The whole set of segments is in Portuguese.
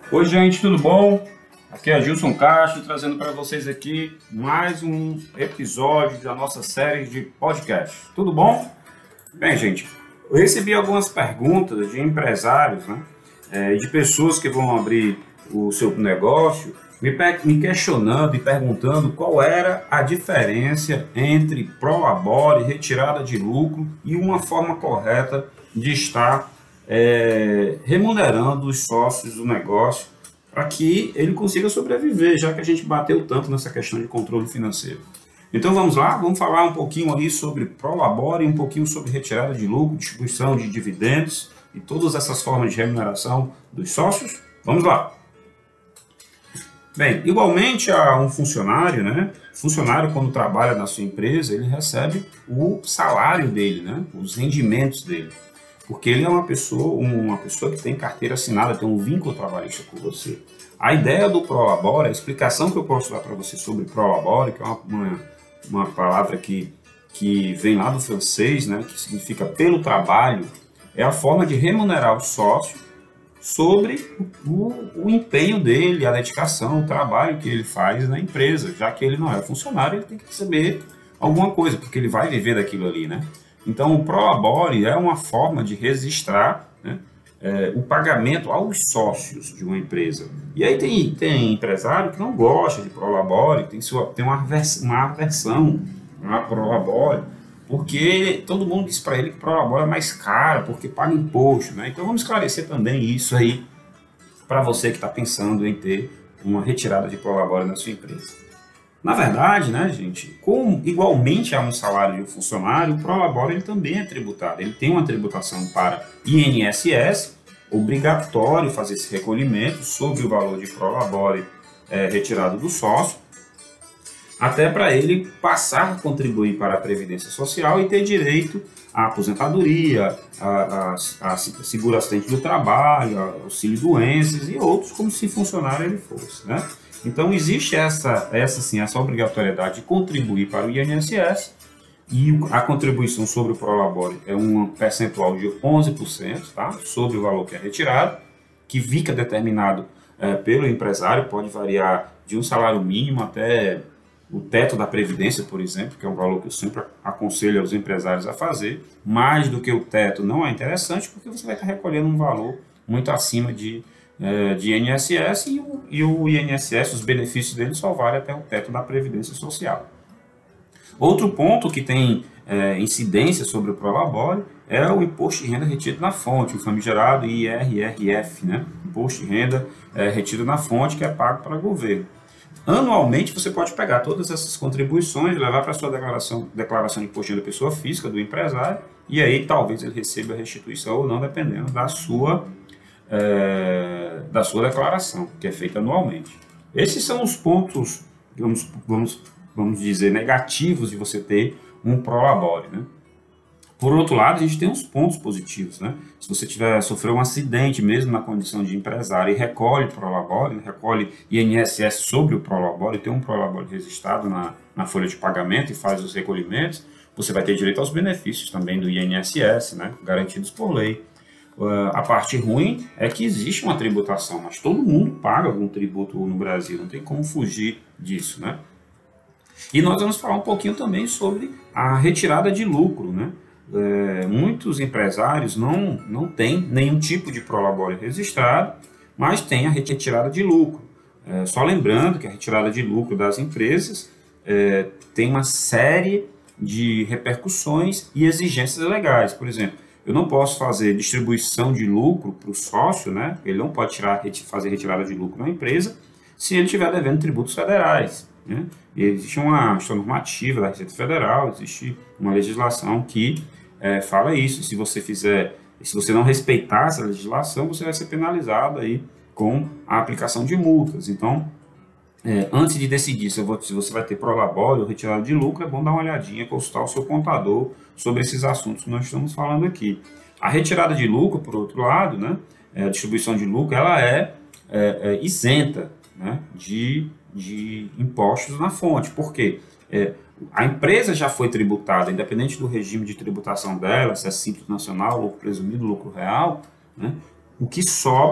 Oi, gente, tudo bom? Aqui é Gilson Castro trazendo para vocês aqui mais um episódio da nossa série de podcast. Tudo bom? Bem, gente, eu recebi algumas perguntas de empresários, né, e de pessoas que vão abrir o seu negócio, me questionando e perguntando qual era a diferença entre prolabore, retirada de lucro e uma forma correta de estar remunerando os sócios do negócio para que ele consiga sobreviver, já que a gente bateu tanto nessa questão de controle financeiro. Então vamos lá, vamos falar um pouquinho ali sobre prolabore, um pouquinho sobre retirada de lucro, distribuição de dividendos e todas essas formas de remuneração dos sócios. Vamos lá. Bem, igualmente a um funcionário, né? Funcionário, quando trabalha na sua empresa, ele recebe o salário dele, né? Os rendimentos dele. Porque ele é uma pessoa que tem carteira assinada, tem um vínculo trabalhista com você. A ideia do prolabore, a explicação que eu posso dar para você sobre prolabore, que é uma palavra que vem lá do francês, né? Que significa pelo trabalho, é a forma de remunerar o sócio sobre o empenho dele, a dedicação, o trabalho que ele faz na empresa, já que ele não é funcionário, ele tem que receber alguma coisa, porque ele vai viver daquilo ali, né? Então, o prolabore é uma forma de registrar, né, o pagamento aos sócios de uma empresa. E aí tem empresário que não gosta de prolabore, tem uma aversão a prolabore, porque todo mundo diz para ele que prolabore é mais caro, porque paga imposto, né? Então vamos esclarecer também isso aí para você que está pensando em ter uma retirada de prolabore na sua empresa. Na verdade, né, gente, como igualmente há um salário de um funcionário, o prolabore ele também é tributado. Ele tem uma tributação para INSS, obrigatório fazer esse recolhimento sobre o valor de prolabore retirado do sócio, até para ele passar a contribuir para a Previdência Social e ter direito à aposentadoria, a seguro acidente do trabalho, auxílio doenças e outros, como se funcionário ele fosse, né? Então existe essa obrigatoriedade de contribuir para o INSS e a contribuição sobre o prolabore é um percentual de 11%, tá? Sobre o valor que é retirado, que fica determinado pelo empresário, pode variar de um salário mínimo até o teto da Previdência, por exemplo, que é um valor que eu sempre aconselho aos empresários a fazer. Mais do que o teto não é interessante, porque você vai estar recolhendo um valor muito acima de INSS e o INSS, os benefícios dele só valem até o teto da Previdência Social. Outro ponto que tem incidência sobre o prolabore é o imposto de renda retido na fonte, o famigerado IRRF, né? Imposto de renda retido na fonte, que é pago para o governo. Anualmente você pode pegar todas essas contribuições, levar para a sua declaração de imposto de renda pessoa física do empresário, e aí talvez ele receba a restituição ou não, dependendo da sua declaração, que é feita anualmente. Esses são os pontos, vamos dizer, negativos de você ter um prolabore, né? Por outro lado, a gente tem uns pontos positivos, né? Se você sofreu um acidente mesmo na condição de empresário e recolhe prolabore, recolhe INSS sobre o prolabore, tem um prolabore registrado na folha de pagamento e faz os recolhimentos, você vai ter direito aos benefícios também do INSS, né? Garantidos por lei. A parte ruim é que existe uma tributação, mas todo mundo paga algum tributo no Brasil, não tem como fugir disso, né? E nós vamos falar um pouquinho também sobre a retirada de lucro, né? Muitos empresários não têm nenhum tipo de prolabore registrado, mas tem a retirada de lucro. Só lembrando que a retirada de lucro das empresas tem uma série de repercussões e exigências legais. Por exemplo, eu não posso fazer distribuição de lucro para o sócio, né? Ele não pode fazer retirada de lucro na empresa se ele estiver devendo tributos federais, né? E existe uma normativa da Receita Federal, existe uma legislação que fala isso. Se você não respeitar essa legislação, você vai ser penalizado aí com a aplicação de multas. Então, antes de decidir se você vai ter prolabore ou retirada de lucro, é bom dar uma olhadinha, consultar o seu contador sobre esses assuntos que nós estamos falando aqui. A retirada de lucro, por outro lado, né, a distribuição de lucro, ela é isenta, né, de impostos na fonte. Por quê? A empresa já foi tributada, independente do regime de tributação dela, se é simples nacional, lucro presumido, lucro real, né, o que sobra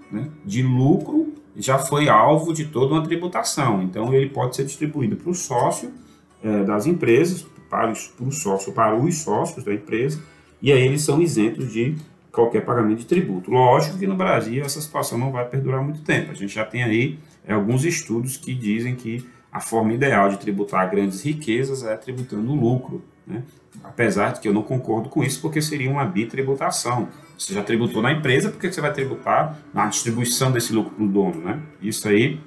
né, de lucro já foi alvo de toda uma tributação. Então, ele pode ser distribuído para o sócio das empresas, para o sócio, para os sócios da empresa, e aí eles são isentos de qualquer pagamento de tributo. Lógico que no Brasil essa situação não vai perdurar muito tempo. A gente já tem aí alguns estudos que dizem que a forma ideal de tributar grandes riquezas é tributando o lucro, né? Apesar de que eu não concordo com isso, porque seria uma bitributação. Você já tributou na empresa, por que você vai tributar na distribuição desse lucro para o dono, né? Isso aí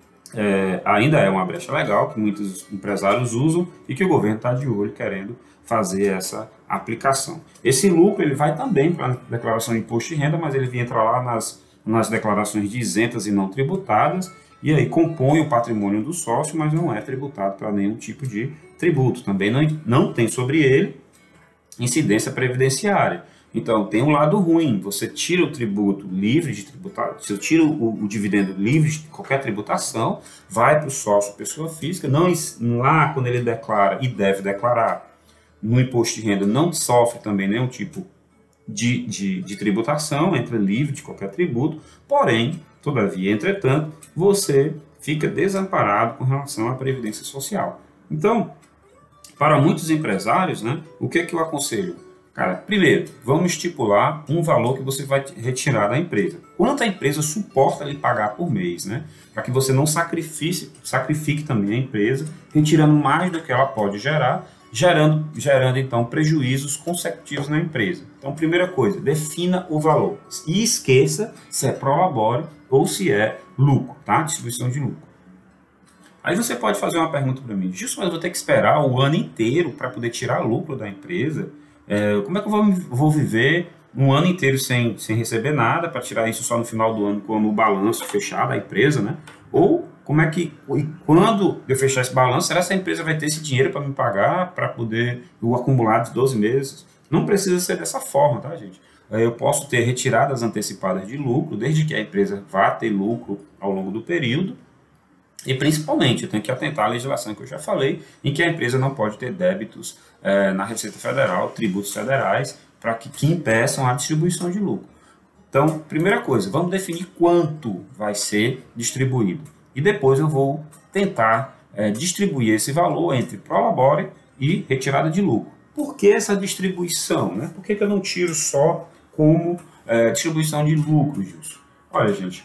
ainda é uma brecha legal que muitos empresários usam e que o governo está de olho querendo fazer essa aplicação. Esse lucro ele vai também para a declaração de imposto de renda, mas ele entra lá nas declarações de isentas e não tributadas, e aí compõe o patrimônio do sócio, mas não é tributado para nenhum tipo de tributo. Também não tem sobre ele incidência previdenciária. Então, tem um lado ruim, você tira o tributo livre de tributar, se eu tiro o dividendo livre de qualquer tributação, vai para o sócio pessoa física, não, lá quando ele declara e deve declarar no imposto de renda, não sofre também nenhum tipo de tributação, entra livre de qualquer tributo, porém, todavia, entretanto, você fica desamparado com relação à previdência social. Então, para muitos empresários, né, o que eu aconselho? Cara, primeiro, vamos estipular um valor que você vai retirar da empresa. Quanto a empresa suporta lhe pagar por mês, né? Para que você não sacrifique também a empresa, retirando mais do que ela pode gerar, gerando então prejuízos consecutivos na empresa. Então, primeira coisa, defina o valor e esqueça se é prolabore ou se é lucro, tá? Distribuição de lucro. Aí você pode fazer uma pergunta para mim, Gilson, mas eu vou ter que esperar o ano inteiro para poder tirar lucro da empresa? Como é que eu vou viver um ano inteiro sem receber nada para tirar isso só no final do ano, quando o balanço fechar da empresa, né? Ou como é que, e quando eu fechar esse balanço, será que a empresa vai ter esse dinheiro para me pagar, para poder o acumulado de 12 meses? Não precisa ser dessa forma, tá, gente? Eu posso ter retiradas antecipadas de lucro, desde que a empresa vá ter lucro ao longo do período. E principalmente, eu tenho que atentar à legislação que eu já falei, em que a empresa não pode ter débitos na Receita Federal, tributos federais, para que impeçam a distribuição de lucro. Então, primeira coisa, vamos definir quanto vai ser distribuído. E depois eu vou tentar distribuir esse valor entre prolabore e retirada de lucro. Por que essa distribuição, né? Por que eu não tiro só como distribuição de lucro, Gilson? Olha, gente,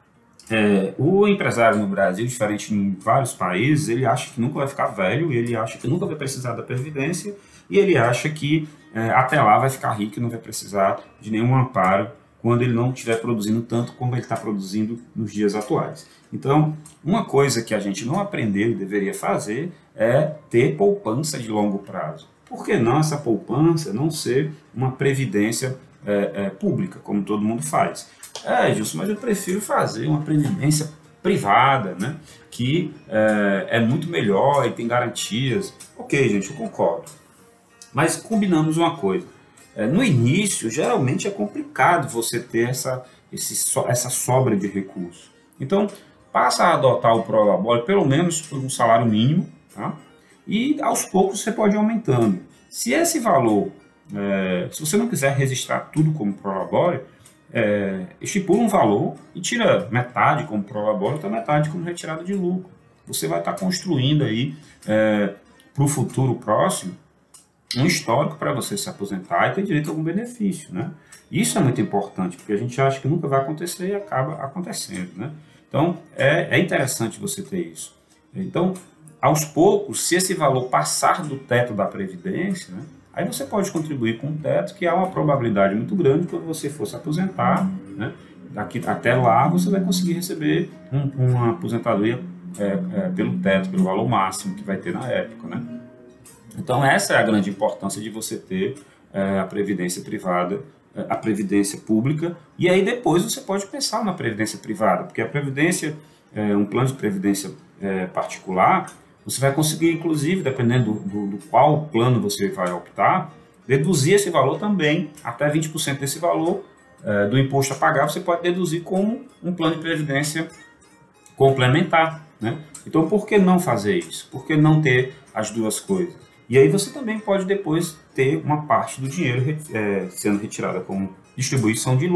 o empresário no Brasil, diferente em vários países, ele acha que nunca vai ficar velho, ele acha que nunca vai precisar da Previdência e ele acha que até lá vai ficar rico e não vai precisar de nenhum amparo quando ele não estiver produzindo tanto como ele está produzindo nos dias atuais. Então, uma coisa que a gente não aprendeu e deveria fazer é ter poupança de longo prazo. Por que não essa poupança não ser uma previdência pública, como todo mundo faz? Gilson, mas eu prefiro fazer uma previdência privada, né? Que é muito melhor e tem garantias. Ok, gente, eu concordo. Mas combinamos uma coisa. No início, geralmente é complicado você ter essa sobra de recursos. Então, passa a adotar o prolabore pelo menos por um salário mínimo, tá? E aos poucos você pode ir aumentando. Se esse valor, se você não quiser registrar tudo como prolabore, estipula um valor e tira metade como prolabore, outra metade como retirada de lucro. Você vai estar construindo aí para o futuro próximo um histórico para você se aposentar e ter direito a algum benefício, né? Isso é muito importante, porque a gente acha que nunca vai acontecer e acaba acontecendo, né? Então, é interessante você ter isso. Então, aos poucos, se esse valor passar do teto da Previdência, né, aí você pode contribuir com um teto que há uma probabilidade muito grande quando você for se aposentar, né? Até lá você vai conseguir receber uma aposentadoria pelo teto, pelo valor máximo que vai ter na época, né? Então essa é a grande importância de você ter a previdência privada, a previdência pública, e aí depois você pode pensar na previdência privada, porque a previdência, um plano de previdência particular, você vai conseguir, inclusive, dependendo do qual plano você vai optar, deduzir esse valor também, até 20% desse valor do imposto a pagar, você pode deduzir como um plano de previdência complementar, né? Então, por que não fazer isso? Por que não ter as duas coisas? E aí você também pode depois ter uma parte do dinheiro sendo retirada como distribuição de lucro,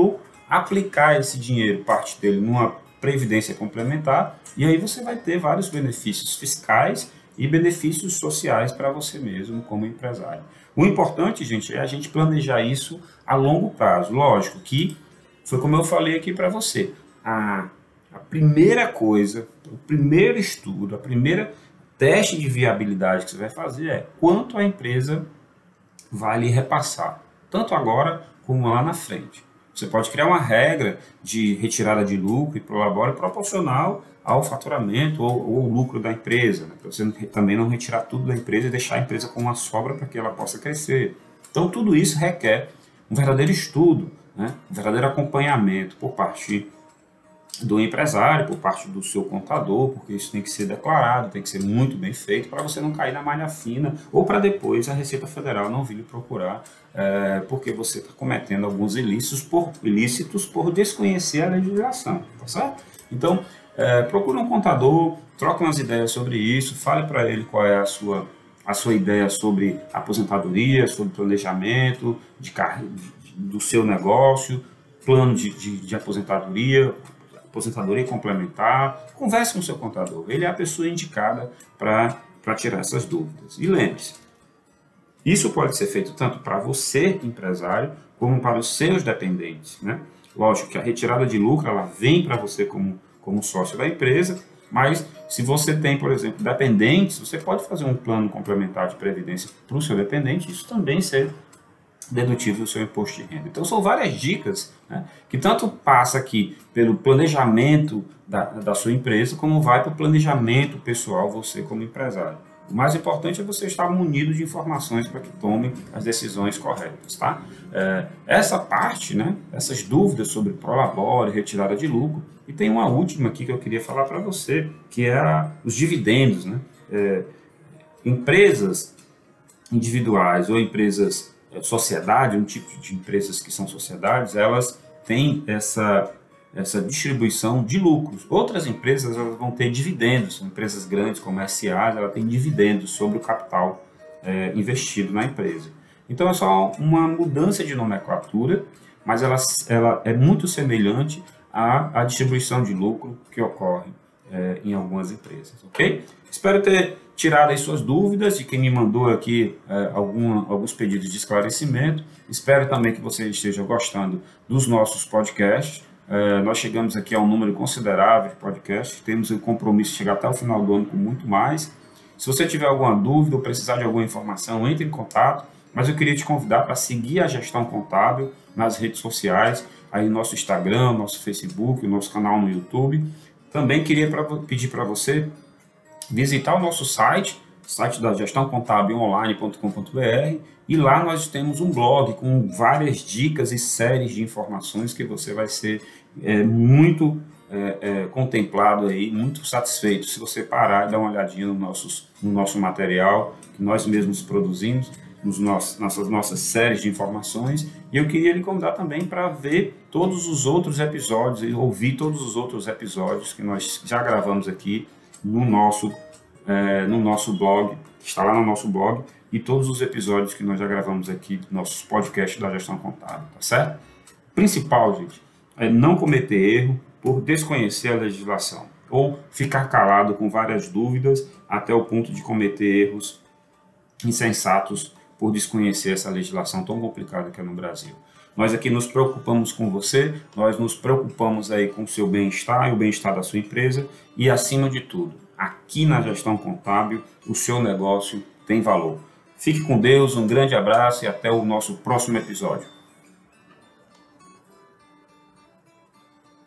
aplicar esse dinheiro, parte dele, numa previdência complementar, e aí você vai ter vários benefícios fiscais e benefícios sociais para você mesmo como empresário. O importante, gente, é a gente planejar isso a longo prazo. Lógico que foi como eu falei aqui para você. A primeira coisa, o primeiro estudo, a primeira teste de viabilidade que você vai fazer é quanto a empresa vai lhe repassar, tanto agora como lá na frente. Você pode criar uma regra de retirada de lucro e prolabore proporcional ao faturamento ou lucro da empresa, né? Para você também não retirar tudo da empresa e deixar a empresa com uma sobra para que ela possa crescer. Então, tudo isso requer um verdadeiro estudo, né? Um verdadeiro acompanhamento por parte do empresário, por parte do seu contador, porque isso tem que ser declarado, tem que ser muito bem feito para você não cair na malha fina ou para depois a Receita Federal não vir lhe procurar porque você está cometendo alguns ilícitos por desconhecer a legislação, tá certo? Então, procure um contador, troque umas ideias sobre isso, fale para ele qual é a sua ideia sobre aposentadoria, sobre planejamento do seu negócio, plano de aposentadoria complementar. Converse com o seu contador, ele é a pessoa indicada para tirar essas dúvidas. E lembre-se, isso pode ser feito tanto para você, empresário, como para os seus dependentes, né? Lógico que a retirada de lucro ela vem para você como sócio da empresa, mas se você tem, por exemplo, dependentes, você pode fazer um plano complementar de previdência para o seu dependente, isso também ser dedutível do seu imposto de renda. Então são várias dicas, né, que tanto passa aqui pelo planejamento da sua empresa, como vai para o planejamento pessoal, você como empresário. O mais importante é você estar munido de informações para que tome as decisões corretas, tá? Essa parte, né, essas dúvidas sobre prolabore, retirada de lucro, e tem uma última aqui que eu queria falar para você, que é os dividendos, né? Empresas individuais ou empresas sociedade, um tipo de empresas que são sociedades, elas têm essa distribuição de lucros. Outras empresas elas vão ter dividendos, são empresas grandes como a SA, ela tem dividendos sobre o capital investido na empresa. Então é só uma mudança de nomenclatura, mas ela é muito semelhante à distribuição de lucro que ocorre em algumas empresas, ok? Espero ter tirado as suas dúvidas e quem me mandou aqui alguns pedidos de esclarecimento. Espero também que você esteja gostando dos nossos podcasts. Nós chegamos aqui a um número considerável de podcasts, temos o compromisso de chegar até o final do ano com muito mais. Se você tiver alguma dúvida ou precisar de alguma informação, entre em contato, mas eu queria te convidar para seguir a Gestão Contábil nas redes sociais, aí nosso Instagram, nosso Facebook, o nosso canal no YouTube. Também queria pedir para você visitar o nosso site da gestãocontabilonline.com.br, e lá nós temos um blog com várias dicas e séries de informações que você vai ser muito contemplado aí, muito satisfeito se você parar e dar uma olhadinha no nosso material que nós mesmos produzimos, nas nossas séries de informações. E eu queria lhe convidar também para ver todos os outros episódios e ouvir todos os outros episódios que nós já gravamos aqui no nosso blog, que está lá no nosso blog, e todos os episódios que nós já gravamos aqui, nossos podcasts da Gestão Contábil, tá certo? Principal, gente, é não cometer erro por desconhecer a legislação ou ficar calado com várias dúvidas até o ponto de cometer erros insensatos por desconhecer essa legislação tão complicada que é no Brasil. Nós aqui nos preocupamos com você, nós nos preocupamos aí com o seu bem-estar e o bem-estar da sua empresa e, acima de tudo, aqui na Gestão Contábil, o seu negócio tem valor. Fique com Deus, um grande abraço e até o nosso próximo episódio.